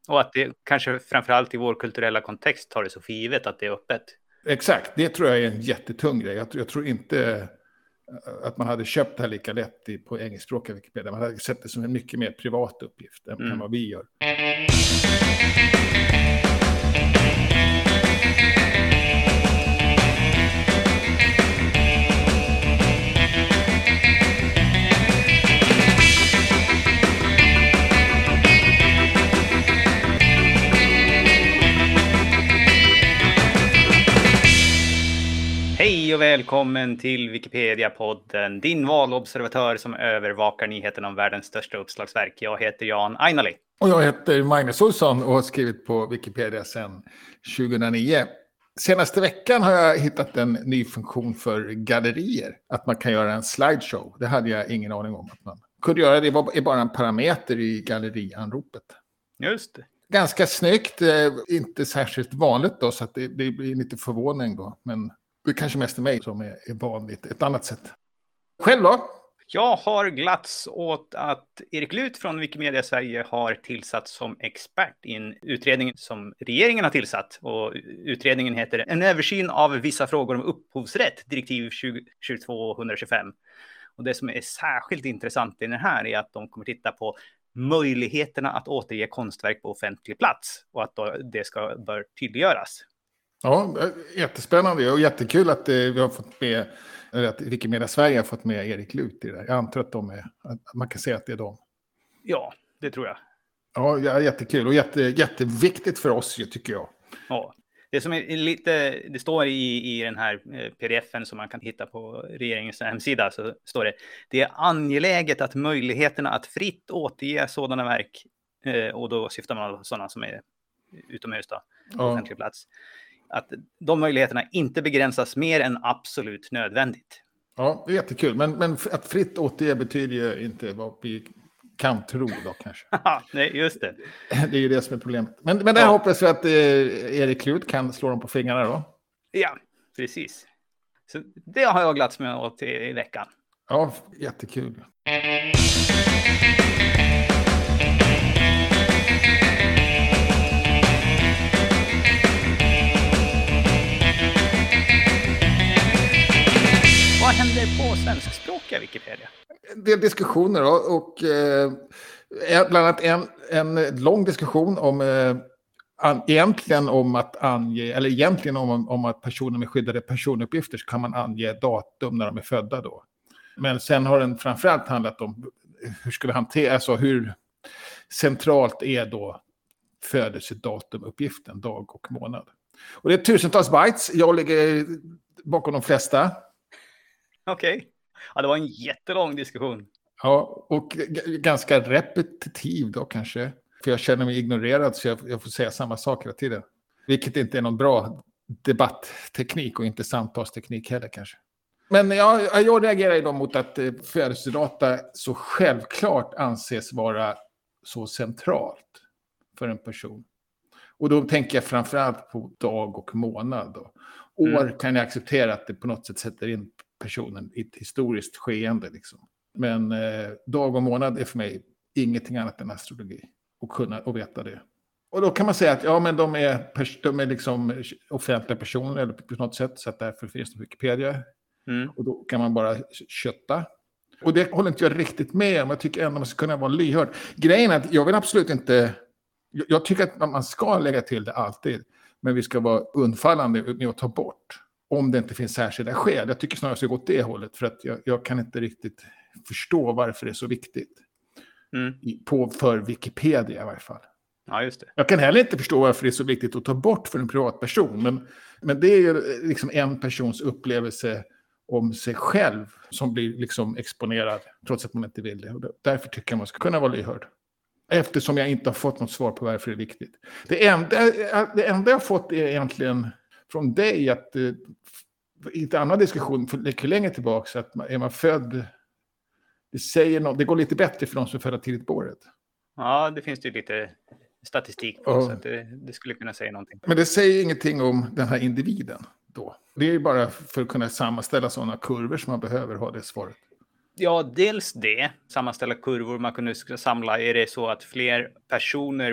Och att det kanske framförallt i vår kulturella kontext tar det så för givet att det är öppet. Exakt, det tror jag är en jättetung grej. Jag tror inte att man hade köpt det här lika lätt på engelskspråkiga Wikipedia. Man hade sett det som en mycket mer privat uppgift än vad vi gör. Hej och välkommen till Wikipedia-podden, din valobservatör som övervakar nyheterna om världens största uppslagsverk. Jag heter Jan Ainali. Och jag heter Magnus Olsson och har skrivit på Wikipedia sedan 2009. Senaste veckan har jag hittat en ny funktion för gallerier. Att man kan göra en slideshow. Det hade jag ingen aning om att man kunde göra. Det var bara en parameter i gallerianropet. Just det. Ganska snyggt, inte särskilt vanligt då, så att det blir lite förvåning då. Men det är kanske mest mig som är vanligt, ett annat sätt. Själv då? Jag har glatts åt att Erik Lut från Wikimedia Sverige har tillsatts som expert i en utredning som regeringen har tillsatt. Och utredningen heter En översyn av vissa frågor om upphovsrätt, direktiv 2022-125. Och det som är särskilt intressant i den här är att de kommer titta på möjligheterna att återge konstverk på offentlig plats och att det bör tydliggöras. Ja, jättespännande och jättekul att vi har fått med, eller att Wikimedia Sverige har fått med Erik Lut i det. Jag antar att man kan säga att det är dem. Ja, det tror jag. Ja, jättekul och jätteviktigt för oss, tycker jag. Ja, det som är det står i den här pdf-en som man kan hitta på regeringens hemsida, så står det är angeläget att möjligheterna att fritt återge sådana verk, och då syftar man på sådana som är utomhus då, på offentlig plats, att de möjligheterna inte begränsas mer än absolut nödvändigt. Ja, det är jättekul. Men att fritt återge betyder ju inte vad vi kan tro då kanske. Nej, just det. Det är ju det som är problemet. Men där hoppas vi att Erik Lut kan slå dem på fingrarna då. Ja, precis. Så det har jag glatts med åt i veckan. Ja, jättekul. Vad händer på svenskspråkiga Wikipedia? Det är diskussioner då, och bland annat en lång diskussion om egentligen om att ange, eller egentligen om att personer med skyddade personuppgifter så kan man ange datum när de är födda då. Men sen har den framförallt handlat om hur ska vi hantera, alltså hur centralt är då födelsedatumuppgiften, dag och månad. Och det är tusentals bytes, jag ligger bakom de flesta. Okej. Ja, det var en jättelång diskussion. Ja, och ganska repetitiv då kanske. För jag känner mig ignorerad så jag får säga samma sak hela tiden. Vilket inte är någon bra debattteknik och inte samtalsteknik heller kanske. Men jag reagerar ju då mot att födelsedata så självklart anses vara så centralt för en person. Och då tänker jag framförallt på dag och månad då. År kan jag acceptera att det på något sätt sätter in personen i ett historiskt skeende liksom. Men dag och månad är för mig ingenting annat än astrologi. Och veta det. Och då kan man säga att men de är liksom offentliga personer eller på något sätt. Så att därför finns det Wikipedia. Och då kan man bara kötta. Och det håller inte jag riktigt med om. Jag tycker ändå man ska kunna vara lyhörd. Grejen är att jag vill absolut inte... Jag tycker att man ska lägga till det alltid. Men vi ska vara undfallande med att ta bort. Om det inte finns särskilda skäl. Jag tycker snarare att jag ska gå åt det hållet. För att jag kan inte riktigt förstå varför det är så viktigt. För Wikipedia i varje fall. Ja, just det. Jag kan heller inte förstå varför det är så viktigt att ta bort för en privatperson. Men det är ju liksom en persons upplevelse om sig själv som blir liksom exponerad trots att man inte vill det. Och därför tycker jag man ska kunna vara lyhörd. Eftersom jag inte har fått något svar på varför det är viktigt. Det enda jag har fått är egentligen från dig att i en annan diskussion för längre tillbaka så att är man född, det går lite bättre för de som är födda tidigt på året. Ja, det finns ju lite statistik på så att det skulle kunna säga någonting. Men det säger ingenting om den här individen då. Det är ju bara för att kunna sammanställa sådana kurvor som man behöver ha det svaret. Ja, dels det. Sammanställa kurvor. Man kunde samla. Är det så att fler personer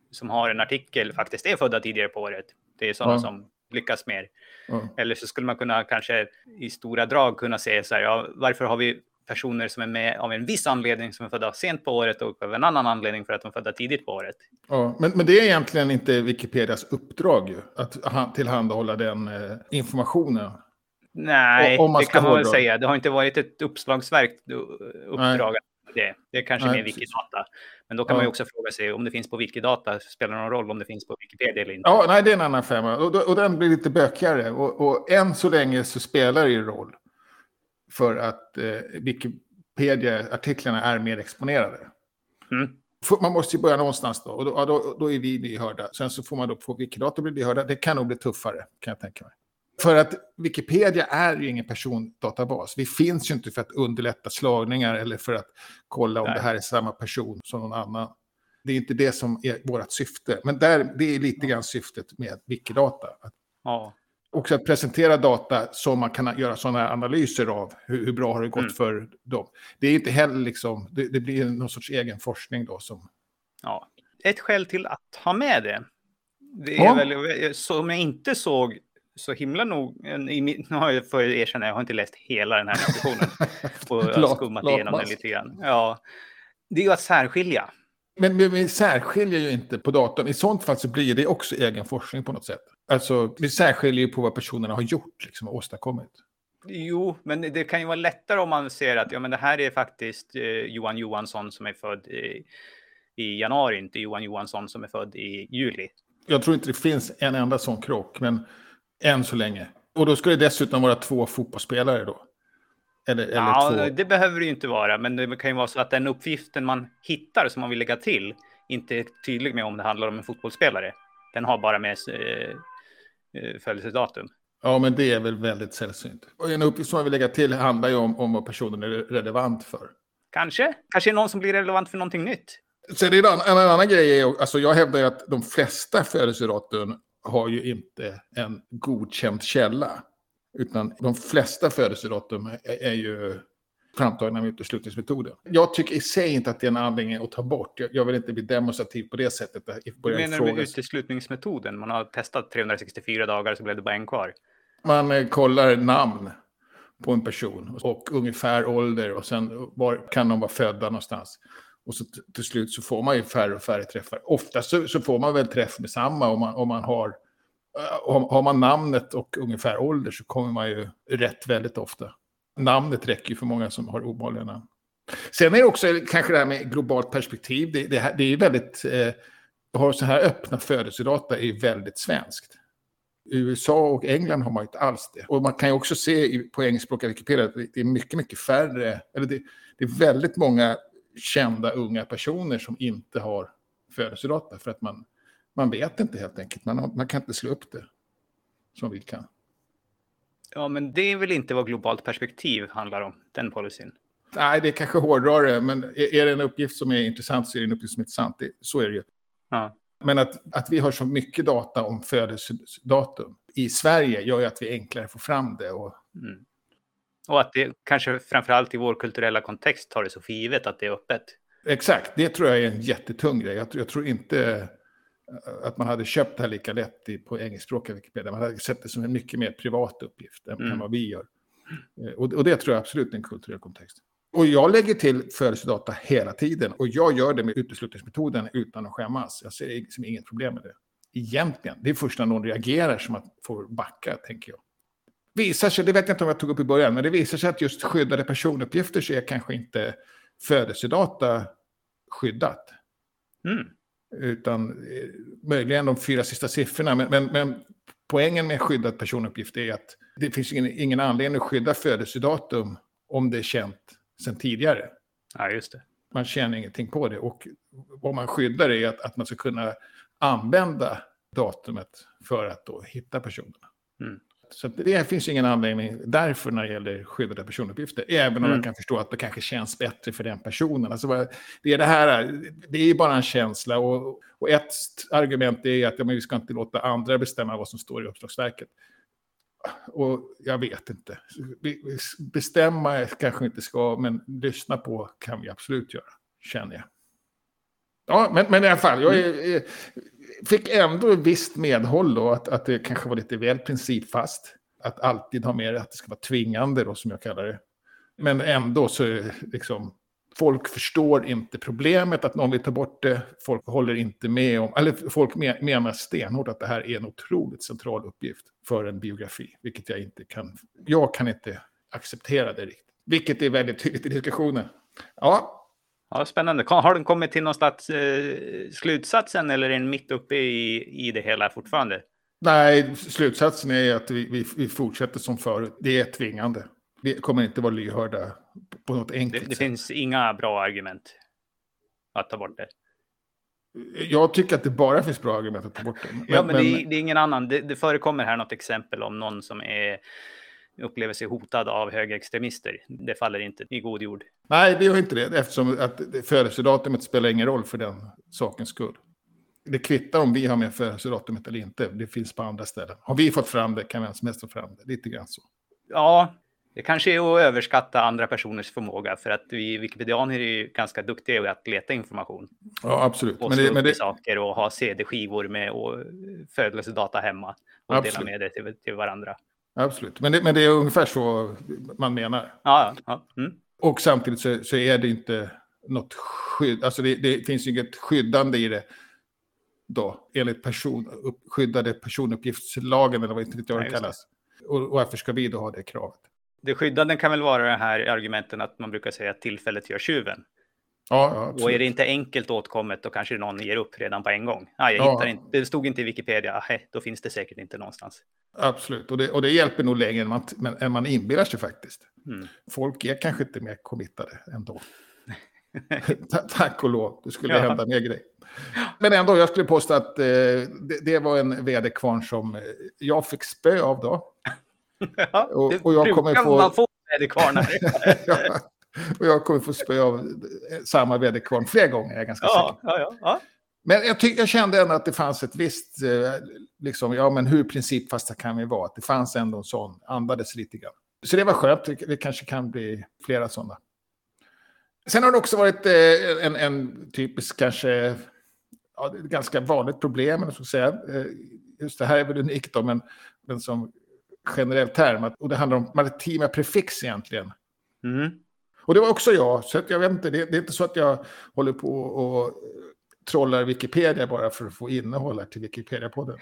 som har en artikel faktiskt är födda tidigare på året. Det är sådana som lyckas mer. Eller så skulle man kunna kanske i stora drag kunna säga så här, ja, varför har vi personer som är med av en viss anledning som är födda sent på året och av en annan anledning för att de är födda tidigt på året. Ja, men det är egentligen inte Wikipedias uppdrag ju, att tillhandahålla den informationen. Nej, det kan man väl säga. Det har inte varit ett uppslagsverk uppdrag. Det är kanske mer Wikidata. Men då kan man ju också fråga sig om det finns på Wikidata, spelar det någon roll om det finns på Wikipedia eller inte? Ja, nej, det är en annan femma. Och den blir lite bökigare. Och än så länge så spelar det ju roll. För att Wikipedia-artiklarna är mer exponerade. Man måste ju börja någonstans då. Och då är vi lyhörda. Sen så får man då på Wikidata bli lyhörda. Det kan nog bli tuffare, kan jag tänka mig. För att Wikipedia är ju ingen persondatabas. Vi finns ju inte för att underlätta slagningar eller för att kolla om det här är samma person som någon annan. Det är inte det som är vårt syfte. Men det är lite grann syftet med Wikidata. Ja. Också att presentera data som man kan göra sådana här analyser av. Hur bra har det gått för dem. Det är inte heller liksom, det blir någon sorts egen forskning då. Ja. Ett skäl till att ha med det är väl, som jag inte såg så himla nog, nu har jag för erkänna, jag har inte läst hela den här diskussionen och jag har skummat igenom den lite grann. Ja, det är ju att särskilja. Men vi särskiljer ju inte på datorn. I sånt fall så blir det också egen forskning på något sätt. Alltså, vi särskiljer ju på vad personerna har gjort, liksom, och åstadkommit. Jo, men det kan ju vara lättare om man ser att men det här är faktiskt Johan Johansson som är född i januari, inte Johan Johansson som är född i juli. Jag tror inte det finns en enda sån krock, men än så länge. Och då ska det dessutom vara 2 fotbollsspelare då? Eller 2. Det behöver det ju inte vara. Men det kan ju vara så att den uppgiften man hittar som man vill lägga till inte är tydlig med om det handlar om en fotbollsspelare. Den har bara med födelsedatum. Ja, men det är väl väldigt sällsynt. Och en uppgift som man vill lägga till handlar ju om vad personen är relevant för. Kanske är någon som blir relevant för någonting nytt. Så det är en annan grej. Alltså jag hävdar ju att de flesta födelsedatum har ju inte en godkänd källa. Utan de flesta födelsedatum är ju framtagna med uteslutningsmetoden. Jag tycker i sig inte att det är en anledning att ta bort. Jag vill inte bli demonstrativ på det sättet. Du menar med uteslutningsmetoden? Man har testat 364 dagar så blev det bara en kvar. Man kollar namn på en person och ungefär ålder och sen var kan de vara födda någonstans. Och så till slut så får man ju färre och färre träffar. Ofta så får man väl träff med samma om man har man namnet och ungefär ålder så kommer man ju rätt väldigt ofta. Namnet räcker ju för många som har ovanliga namn. Sen är det också kanske det här med globalt perspektiv. Det är väldigt, har så här öppna födelsedata är väldigt svenskt. I USA och England har man inte alls det. Och man kan ju också se på engelskspråkiga Wikipedia att det är mycket, mycket färre. Eller det är väldigt många kända unga personer som inte har födelsedata. För att man vet inte helt enkelt. Man kan inte slå upp det som vi kan. Ja, men det är väl inte vad globalt perspektiv handlar om, den policyn? Nej, det är kanske hårdrare, men är det en uppgift som är intressant så är det en uppgift som är intressant. Så är det ju. Ja. Men att vi har så mycket data om födelsedatum i Sverige gör ju att vi enklare får fram det. Och att det kanske framförallt i vår kulturella kontext tar det så för givet att det är öppet. Exakt, det tror jag är en jättetung grej. Jag tror inte att man hade köpt det här lika lätt på engelskspråkiga Wikipedia. Man hade sett det som en mycket mer privat uppgift än vad vi gör. Och det tror jag absolut är en kulturell kontext. Och jag lägger till födelsedata hela tiden. Och jag gör det med uteslutningsmetoden utan att skämmas. Jag ser liksom inget problem med det. Egentligen, det är först när någon reagerar som att få backa, tänker jag. Visar sig, det vet jag inte om jag tog upp i början, men det visar sig att just skyddade personuppgifter så är kanske inte födelsedata skyddat. Utan möjligen de 4 sista siffrorna. Men poängen med skyddat personuppgift är att det finns ingen anledning att skydda födelsedatum om det är känt sedan tidigare. Ja, just det. Man känner ingenting på det. Och vad man skyddar är att man ska kunna använda datumet för att då hitta personerna. Så det finns ingen anledning därför när det gäller skyddade personuppgifter. Även om jag kan förstå att det kanske känns bättre för den personen. Alltså det är bara en känsla. Och ett argument är att vi ska inte låta andra bestämma vad som står i uppslagsverket. Och jag vet inte. Bestämma kanske inte ska, men lyssna på kan vi absolut göra, känner jag. Ja, men i alla fall, jag fick ändå visst medhåll då, att det kanske var lite väl principfast. Att alltid ha med att det ska vara tvingande då, som jag kallar det. Men ändå så är liksom, folk förstår inte problemet att någon vill ta bort det. Folk håller inte med om, eller folk menar stenhårt att det här är en otroligt central uppgift för en biografi. Vilket jag kan inte acceptera det riktigt. Vilket är väldigt tydligt i diskussionen. Ja. Ja, spännande. Har den kommit till någon slags slutsatsen eller är den mitt uppe i det hela fortfarande? Nej, slutsatsen är att vi fortsätter som förut. Det är tvingande. Vi kommer inte vara lyhörda på något enkelt sätt. Det finns inga bra argument att ta bort det. Jag tycker att det bara finns bra argument att ta bort det. Men det är ingen annan. Det förekommer här något exempel om någon som upplever sig hotad av högerextremister. Det faller inte i god jord. Nej, det gör inte det. Eftersom att födelsedatumet spelar ingen roll för den sakens skull. Det kvittar om vi har med födelsedatumet eller inte. Det finns på andra ställen. Har vi fått fram det kan vi ens mest få fram det. Lite grann så. Ja, det kanske är att överskatta andra personers förmåga. För att vi Wikipedianer är ju ganska duktiga att leta information. Ja, absolut. Och slå upp saker och ha CD-skivor med och födelsedata hemma. Och absolut. Dela med det till varandra. Absolut. Men det är ungefär så man menar. Ja. Mm. Och samtidigt så är det inte något skydd. Alltså det finns ju inget skyddande i det. Då, enligt skyddade personuppgiftslagen eller vad det kallas. Och varför ska vi då ha det kravet? Det skyddande kan väl vara det här argumenten att man brukar säga att tillfället gör tjuven. Ja, och är det inte enkelt åtkommet då kanske någon ger upp redan på en gång. Hittar inte, det stod inte i Wikipedia, då finns det säkert inte någonstans. Absolut, och det hjälper nog längre än man inbillar sig faktiskt. Mm. Folk är kanske inte mer committade ändå. Tack och lov, det skulle hända mer grejer. Men ändå, jag skulle påstå att det var en väderkvarn som jag fick spö av då. Ja, och jag kommer man få väderkvarnar. Och jag kommer få spö av samma väderkvarn flera gånger, jag är ganska säker. Ja. Men jag kände ändå att det fanns ett visst, men hur principfasta kan vi vara? Att det fanns ändå en sån, andades lite grann. Så det var skönt, det kanske kan bli flera sådana. Sen har det också varit en typisk, kanske ganska vanligt problem, jag ska säga. Just det här är väl unikt då, men som generell term. Och det handlar om maritima prefix egentligen. Mm. Och det var också jag, så att jag vet inte, det är inte så att jag håller på och trollar Wikipedia bara för att få innehåll till Wikipedia-podden.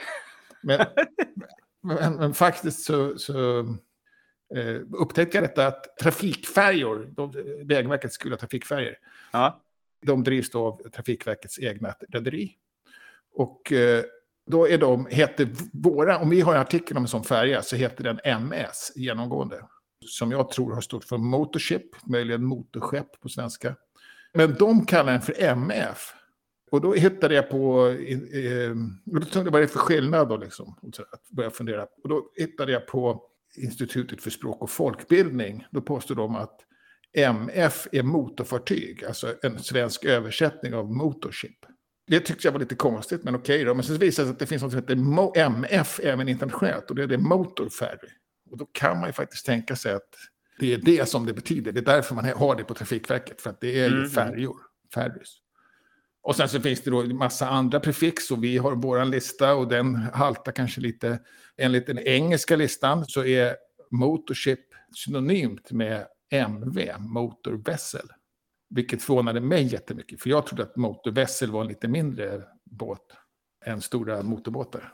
Men faktiskt så upptäckte jag detta att trafikfärjor, Vägverket skulle ha trafikfärjor, de drivs då av Trafikverkets egna rederi. Och då heter våra, om vi har en artikel om en sån färja så heter den MS genomgående. Som jag tror har stått för motorship, möjligen motorskepp på svenska. Men de kallar den för MF. Och då hittade jag på, och då tänkte jag vad det är för skillnad då liksom, att börja fundera. Och då hittade jag på Institutet för språk och folkbildning. Då påstår de att MF är motorfartyg, alltså en svensk översättning av motorship. Det tyckte jag var lite konstigt, men okej då. Men sen visar det sig att det finns något som heter MF även internationellt, och det är motor ferry. Och då kan man ju faktiskt tänka sig att det är det som det betyder. Det är därför man har det på Trafikverket, för att det är ju färjor, ferries. Och sen så finns det då en massa andra prefix, och vi har våran lista och den haltar kanske lite. Enligt den engelska listan så är motorship synonymt med MV, motor vessel. Vilket förvånade mig jättemycket, för jag trodde att motor vessel var en lite mindre båt än stora motorbåtar.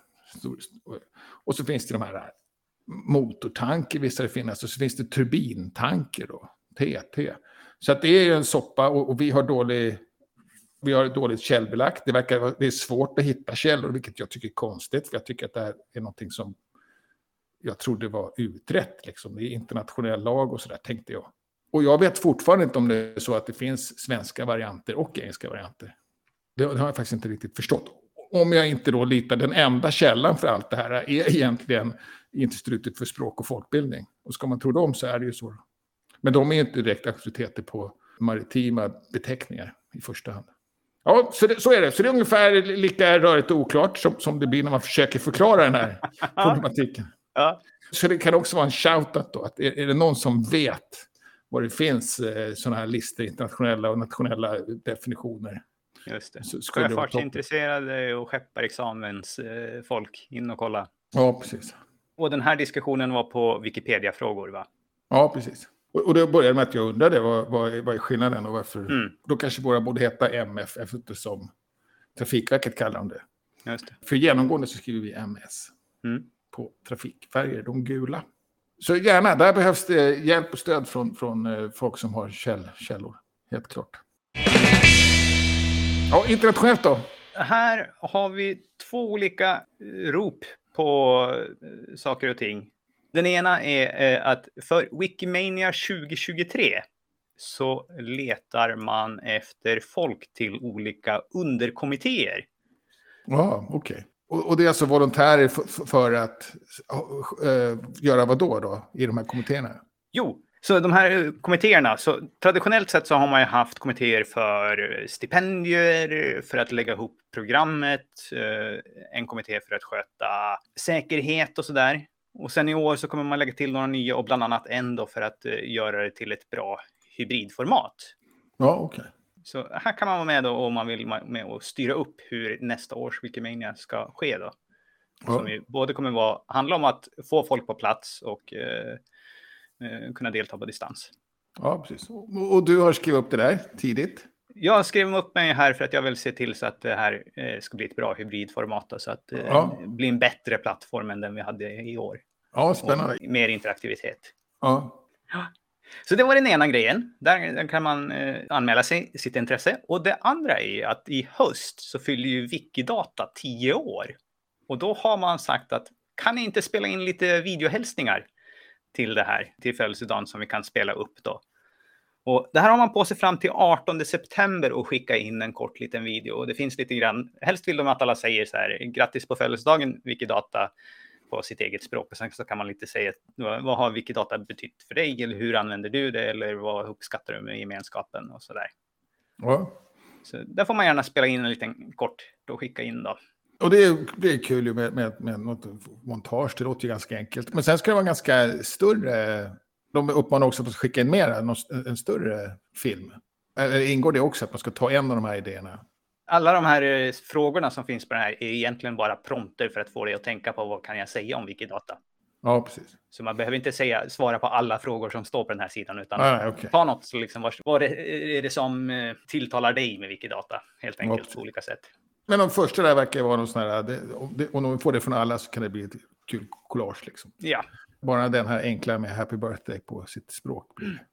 Och så finns det de här motortanker, visst det finns, och så finns det turbintanker då, TT. Så att det är ju en soppa, och vi har dåligt källbelagt. Det är svårt att hitta källor, vilket jag tycker är konstigt. För jag tycker att det här är någonting som jag trodde var utrett. Liksom. Det är internationell lag och sådär, tänkte jag. Och jag vet fortfarande inte om det är så att det finns svenska varianter och engelska varianter. Det har jag faktiskt inte riktigt förstått. Om jag inte då litar, den enda källan för allt det här är egentligen Institutet för språk och folkbildning. Och ska man tro dem så är det ju så. Men de är inte direkt auktoriteter på maritima beteckningar i första hand. Ja, så är det. Så det är ungefär lika rörigt och oklart som det blir när man försöker förklara den här problematiken. Ja. Så det kan också vara en shoutout då. Att är det någon som vet var det finns sådana här listor, internationella och nationella definitioner, Just det. Skulle det vara toppen. Sjöfartsintresserade och skepparexamens folk in och kolla. Ja, precis. Och den här diskussionen var på Wikipedia-frågor, va? Ja, precis. Och det började med att jag undrade vad är skillnaden och varför. Då kanske bara borde heta MF eftersom Trafikverket kallar dem det. Just det. För genomgående så skriver vi MS på trafikfärger, de gula. Så gärna, där behövs det hjälp och stöd från folk som har källor, helt klart. Ja, internationellt då? Här har vi 2 olika rop på saker och ting. Den ena är att för Wikimania 2023 så letar man efter folk till olika underkommittéer. Ja, okej. Och det är alltså volontärer för att göra vad då i de här kommittéerna? Jo, så de här kommittéerna, så traditionellt sett så har man ju haft kommittéer för stipendier, för att lägga ihop programmet, en kommitté för att sköta säkerhet och sådär. Och sen i år så kommer man lägga till några nya och bland annat en då för att göra det till ett bra hybridformat. Ja, okej. Så här kan man vara med då om man vill med och styra upp hur nästa års Wikimania ska ske då. Ja. Som ju både kommer handla om att få folk på plats och kunna delta på distans. Ja, precis. Och du har skrivit upp det där tidigt? Jag skrev upp mig här för att jag vill se till så att det här ska bli ett bra hybridformat. Då, så att det blir en bättre plattform än den vi hade i år. Ja, spännande. Och mer interaktivitet. Ja. Så det var den ena grejen. Där kan man anmäla sitt intresse. Och det andra är att i höst så fyller ju Wikidata 10 år. Och då har man sagt att kan ni inte spela in lite videohälsningar till det här, till födelsedagen som vi kan spela upp då. Och det här har man på sig fram till 18 september och skicka in en kort liten video. Och det finns lite grann, helst vill de att alla säger så här, grattis på födelsedagen Wikidata på sitt eget språk. Och sen så kan man lite säga, vad har Wikidata betytt för dig? Eller hur använder du det? Eller vad uppskattar du med gemenskapen? Och så där. Ja. Så där får man gärna spela in en liten kort och skicka in då. Och det är kul ju med något montage, det låter ju ganska enkelt. Men sen ska det vara ganska större, de uppmanar också att skicka in mer, en större film. Eller ingår det också att man ska ta en av de här idéerna? Alla de här frågorna som finns på den här är egentligen bara prompter för att få dig att tänka på vad kan jag säga om Wikidata. Ja, precis. Så man behöver inte svara på alla frågor som står på den här sidan, utan ta något så liksom, vad är det som tilltalar dig med Wikidata, helt enkelt på olika sätt. Men de första där verkar vara någon sån här, om de får det från alla så kan det bli ett kul collage liksom. Ja. Bara den här enkla med Happy Birthday på sitt språk.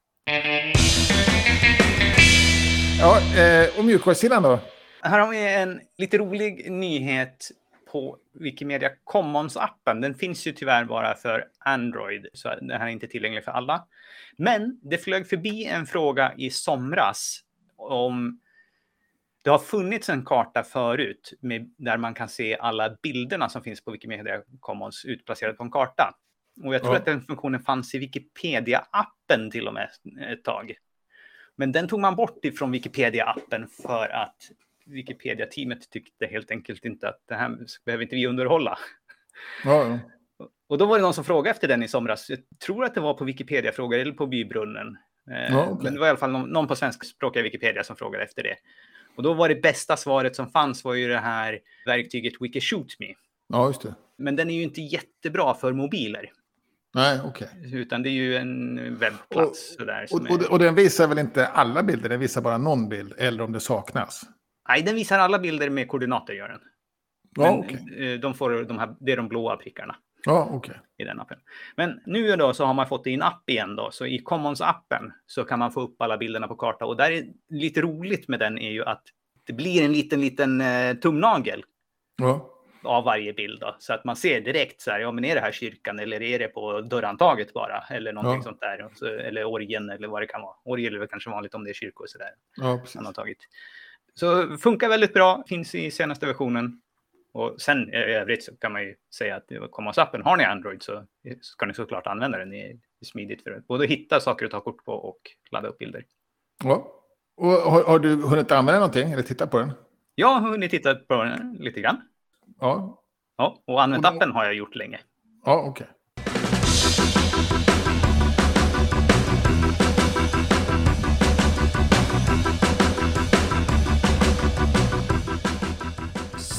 Ja, och mjukvarusidan då? Här har vi en lite rolig nyhet på Wikimedia Commons-appen. Den finns ju tyvärr bara för Android, så det här är inte tillgängligt för alla. Men det flög förbi en fråga i somras om det har funnits en karta förut där man kan se alla bilderna som finns på Wikimedia Commons utplacerade på en karta. Och jag tror att den funktionen fanns i Wikipedia-appen till och med ett tag. Men den tog man bort ifrån Wikipedia-appen för att Wikipedia-teamet tyckte helt enkelt inte att det här behöver inte vi underhålla. Ja. Och då var det någon som frågade efter den i somras. Jag tror att det var på Wikipedia-frågor eller på Bybrunnen. Men det var i alla fall någon på svenskspråkiga Wikipedia som frågade efter det. Och då var det bästa svaret som fanns var ju det här verktyget Wikishootme. Ja, just det. Men den är ju inte jättebra för mobiler. Nej, okej. Utan det är ju en webbplats. Och den visar väl inte alla bilder? Den visar bara någon bild, eller om det saknas? Nej, den visar alla bilder med koordinater, gör den. Ja, de får det är de blåa prickarna. Ja, okej. I den appen. Men nu då så har man fått det i en app igen då. Så i Commons-appen så kan man få upp alla bilderna på karta. Och där är lite roligt med den är ju att det blir en liten tumnagel. Ja. Av varje bild då. Så att man ser direkt så här, ja men är det här kyrkan eller är det på dörrantaget bara? Eller någonting sånt där. Eller orgen eller vad det kan vara. Orgel är väl kanske vanligt om det är kyrkor och sådär. Ja, precis. Så funkar väldigt bra, finns i senaste versionen. Och sen i övrigt så kan man ju säga att Commons-appen, har ni Android så ska ni såklart använda den. Det är smidigt för att både hitta saker att ta kort på och ladda upp bilder. Ja. Och har du hunnit använda någonting eller titta på den? Jag har hunnit titta på den lite grann. Ja. Ja, och använt appen har jag gjort länge. Ja, okej.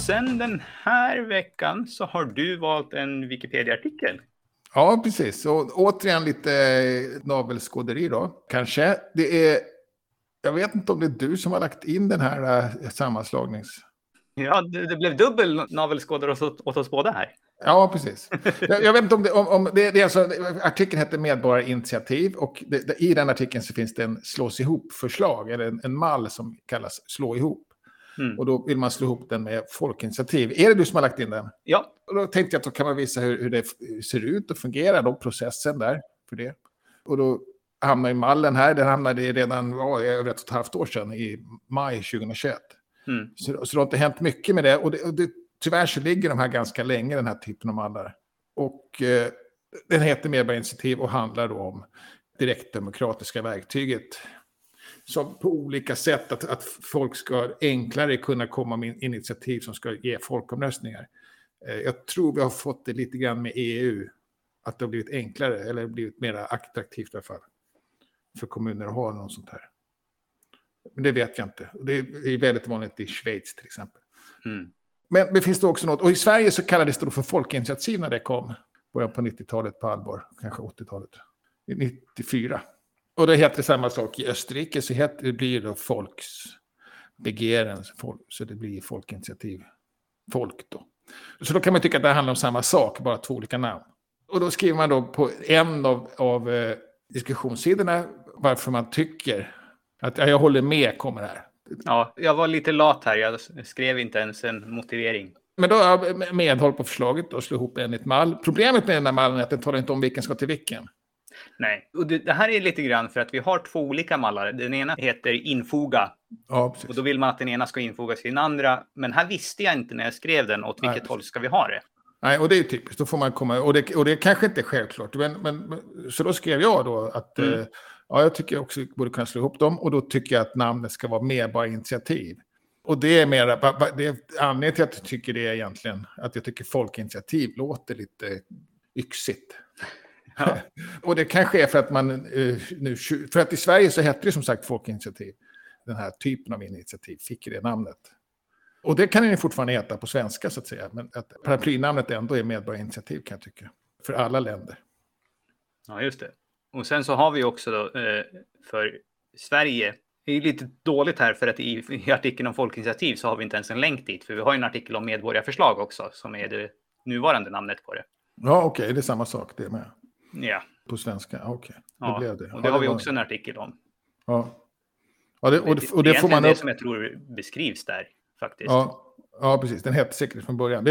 sen den här veckan så har du valt en Wikipedia-artikel. Ja, precis. Och återigen lite navelskåderi då, kanske. Jag vet inte om det är du som har lagt in den här sammanslagnings... Ja, det blev dubbel navelskådare åt oss båda här. Ja, precis. Jag vet inte om det är alltså, artikeln heter Medborgarinitiativ och i den artikeln så finns det en slås ihop-förslag, eller en mall som kallas slå ihop. Och då vill man slå ihop den med folkinitiativ. Är det du som har lagt in den? Ja. Och då tänkte jag att då kan man visa hur det ser ut och fungerar, då, processen där för det. Och då hamnar i mallen här, den hamnade redan över 1,5 år sedan, i maj 2021. Så det har inte hänt mycket med det. Och tyvärr så ligger de här ganska länge, den här typen av mallar. Och den heter Medborgarinitiativ och handlar då om direktdemokratiska verktyget. Som på olika sätt att folk ska enklare kunna komma med initiativ som ska ge folkomröstningar. Jag tror vi har fått det lite grann med EU. Att det har blivit enklare eller blivit mer attraktivt i alla fall. För kommuner att ha något sånt här. Men det vet jag inte. Det är väldigt vanligt i Schweiz till exempel. Men det finns det också något. Och i Sverige så kallades det då för folkinitiativ när det kom. Början på 90-talet på allvar. Kanske 80-talet. 94. Och det heter samma sak i Österrike. Så det blir då folksbegehren. Så det blir folkinitiativ. Folk då. Så då kan man tycka att det handlar om samma sak. Bara 2 olika namn. Och då skriver man då på en av diskussionssidorna varför man tycker att jag håller med kommer här. Ja, jag var lite lat här. Jag skrev inte ens en motivering. Men då har jag medhåll på förslaget och slå ihop enligt mall. Problemet med den här mallen är att den talar inte om vilken ska till vilken. Nej, och det här är lite grann för att vi har 2 olika mallar. Den ena heter infoga. Ja, precis. Och då vill man att den ena ska infogas i den andra. Men här visste jag inte när jag skrev den åt vilket håll ska vi ha det. Nej, och det är typiskt. Då får man komma... Och det kanske inte är självklart. Så då skrev jag då att... Ja, jag tycker också att vi borde kunna slå ihop dem. Och då tycker jag att namnet ska vara Medborgarinitiativ. Och det är mer... Anledningen till att jag tycker det är egentligen att jag tycker folkinitiativ låter lite yxigt. Ja. Och det kanske är för att man nu... För att i Sverige så heter det som sagt folkinitiativ. Den här typen av initiativ fick det namnet. Och det kan den fortfarande heta på svenska så att säga. Men att paraplynamnet ändå är Medborgarinitiativ kan jag tycka. För alla länder. Ja, just det. Och sen så har vi också då, för Sverige, det är lite dåligt här för att i artikeln om folkinitiativ så har vi inte ens en länk dit. För vi har ju en artikel om medborgarförslag också som är det nuvarande namnet på det. Ja, okej, det är samma sak det med. Ja. På svenska, okej. Ja, blev det. Och det har vi också en artikel om. Ja. Ja, det får man det som jag tror beskrivs där faktiskt. Ja, precis. Den hette säkert från början.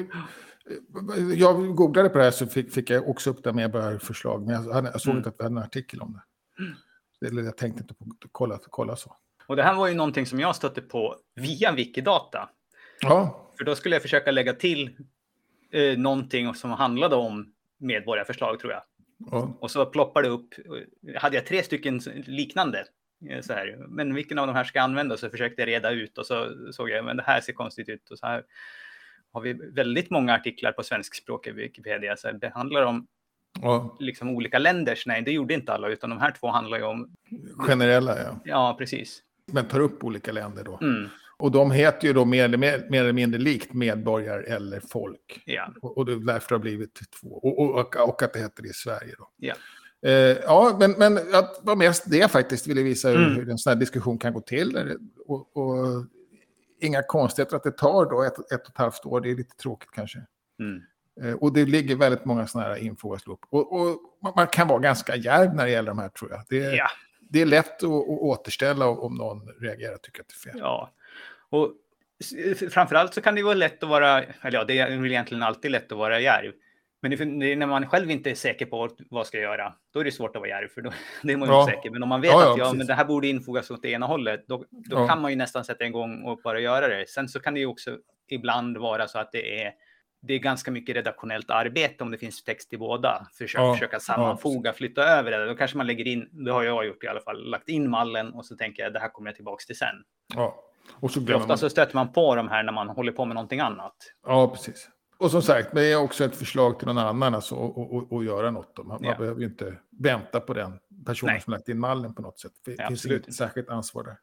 Jag googlade på det här så fick jag också upp det med förslag. Men jag såg inte att vi hade en artikel om det. Jag tänkte inte på att kolla så. Och det här var ju någonting som jag stötte på via Wikidata. Ja. För då skulle jag försöka lägga till någonting som handlade om medborgarförslag tror jag. Ja. Och så ploppade det upp. Hade jag 3 stycken liknande. Så här. Men vilken av de här ska jag använda? Så försökte jag reda ut och så såg jag men det här ser konstigt ut. Och så här har vi väldigt många artiklar på svenskspråk i Wikipedia. Så det handlar om liksom olika länders. Nej, det gjorde inte alla. Utan de här 2 handlar ju om... generella, ja. Ja, precis. Men tar upp olika länder då. Och de heter ju då mer eller mindre likt medborgare eller folk. Ja. Och det därför har blivit 2. Och att det heter det i Sverige då. Ja. Men att vara mest det faktiskt ville visa hur en sån här diskussion kan gå till. Och inga konstigheter att det tar då 1,5 år. Det är lite tråkigt kanske. Och det ligger väldigt många sådana här infoslop. Och man kan vara ganska djärv när det gäller de här tror jag. Det är lätt att återställa om någon reagerar och tycker att det är fel. Ja, och framförallt så kan det vara lätt att vara, eller ja, det är väl egentligen alltid lätt att vara djärv. Men det är när man själv inte är säker på vad ska jag göra, då är det svårt att vara djärv, för då det är man ju osäker. Men om man vet att men det här borde infogas åt det ena hållet, då kan man ju nästan sätta igång och bara göra det. Sen så kan det ju också ibland vara så att det är ganska mycket redaktionellt arbete om det finns text i båda. Försöka sammanfoga, flytta över det. Då kanske man lägger in, det har jag gjort i alla fall, lagt in mallen och så tänker jag det här kommer jag tillbaka till sen. Ja. Och så ofta så stöter man på de här när man håller på med någonting annat. Ja, precis. Och som sagt, det är också ett förslag till någon annan alltså, och göra något. Man behöver ju inte vänta på den personen som lagt in mallen på något sätt. Det finns inget särskilt ansvar där.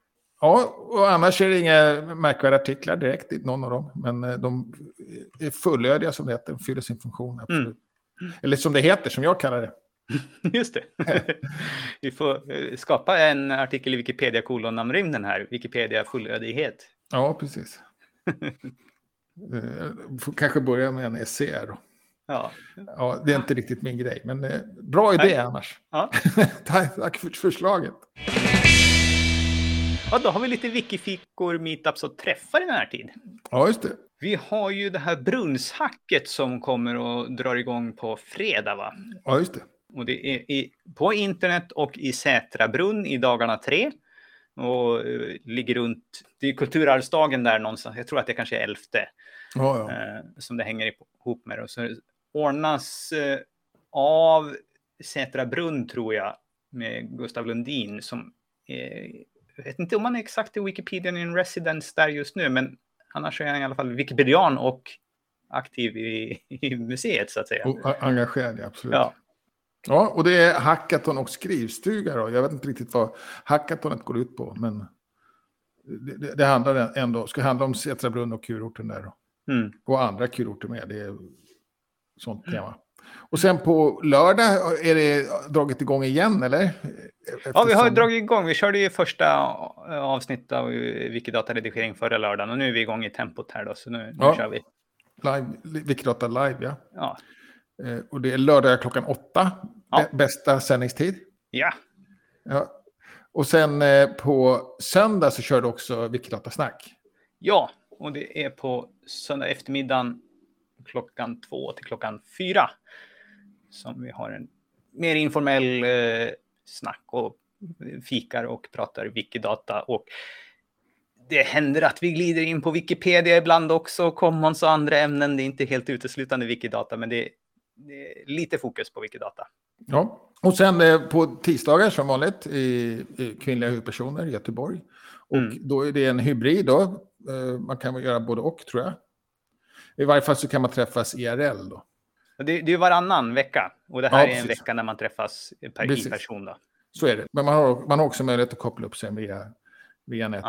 Ja, och annars är det inga märkvärdiga artiklar direkt i någon av dem. Men de är fullödiga som det heter, fyller sin funktion. Absolut. Eller som det heter, som jag kallar det. Just det. Vi får skapa en artikel i Wikipedia namnrymden här. Wikipedia fullödighet. Ja, precis. Får kanske börja med en essä då. Ja. Ja, det är inte riktigt min grej, men bra idé annars. Ja. Tack för förslaget. Ja, då har vi lite wikifikor, meetups och träffar i den här tid. Ja, just det. Vi har ju det här brunnshacket som kommer och drar igång på fredag, va? Ja, just det. Och det är på internet och i Sätra brunn i dagarna 3. Och ligger runt, det är kulturarvsdagen där någonstans. Jag tror att det kanske är 11. Ja. Som det hänger ihop med. Och så ordnas av Sätra brunn, tror jag, med Gustav Lundin som jag vet inte om han är exakt i Wikipedia in residence där just nu, men annars är han i alla fall wikipedian och aktiv i museet, så att säga. Och engagerad, absolut. Ja. Ja, och det är hackathon och skrivstuga då. Jag vet inte riktigt vad hackathonet går ut på, men det handlar ändå, ska handla om Sätra brunn och kurorten där då. Och andra kurorter med, det är sånt tema. Och sen på lördag är det dragit igång igen, eller? Ja, vi har dragit igång. Vi körde ju första avsnitt av Wikidata-redigering förra lördagen och nu är vi igång i tempot här då, så nu kör vi. Live, Wikidata live, ja. Och det är lördag klockan 8, bästa sändningstid. Ja. Och sen på söndag så kör du också Wikidata-snack. Ja, och det är på söndag eftermiddagen klockan 2 till klockan 4 som vi har en mer informell snack och fikar och pratar Wikidata, och det händer att vi glider in på Wikipedia ibland också, commons och andra ämnen. Det är inte helt uteslutande Wikidata, men det är lite fokus på Wikidata. Ja, och sen på tisdagar som vanligt i kvinnliga huvudpersoner i Göteborg. Och då är det en hybrid då. Man kan göra både och, tror jag. I varje fall så kan man träffas IRL då. Det är varannan vecka. Och det här är en vecka när man träffas i person då. Så är det. Men man har också möjlighet att koppla upp sig via nätet.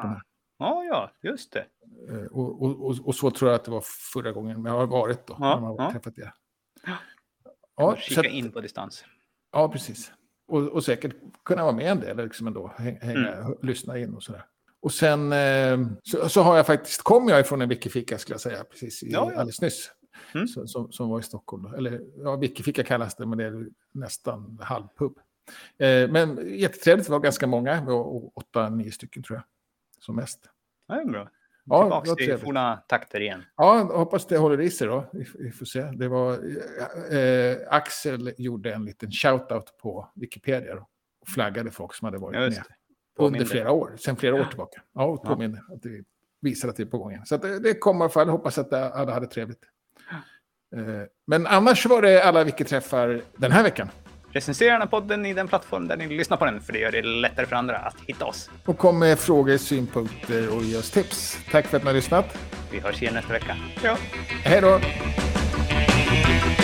Ja, just det. Och så tror jag att det var förra gången jag har varit då. När man har träffat det. Ja, kika in på distans. Ja, precis. Och säkert kunna vara med en del liksom ändå. Lyssna in och sådär. Och sen så har jag faktiskt, kom jag ifrån en Wikifika skulle jag säga, precis alldeles nyss. Som var i Stockholm. Eller Wikifika kallas det, men det är nästan halvpub. Men jättetrevligt, det var ganska många, 8-9 stycken tror jag, som mest. Ja, det är bra. Ja, tillbaka till forna takter igen. Ja, jag hoppas det håller i sig då. Vi får se. Det var Axel gjorde en liten shoutout på Wikipedia då, och flaggade folk som hade varit med under flera år, sen flera år tillbaka. Ja, och påminner att det visar att det är på gång igen. Så att det kommer i alla fall, hoppas att alla hade trevligt. Men annars var det alla Wikiträffar den här veckan. Recensera den här podden i den plattform där ni lyssnar på den, för det gör det lättare för andra att hitta oss. Och kom med frågor, synpunkter och ge oss tips. Tack för att ni har lyssnat. Vi hörs igen nästa vecka. Ja. Hej då!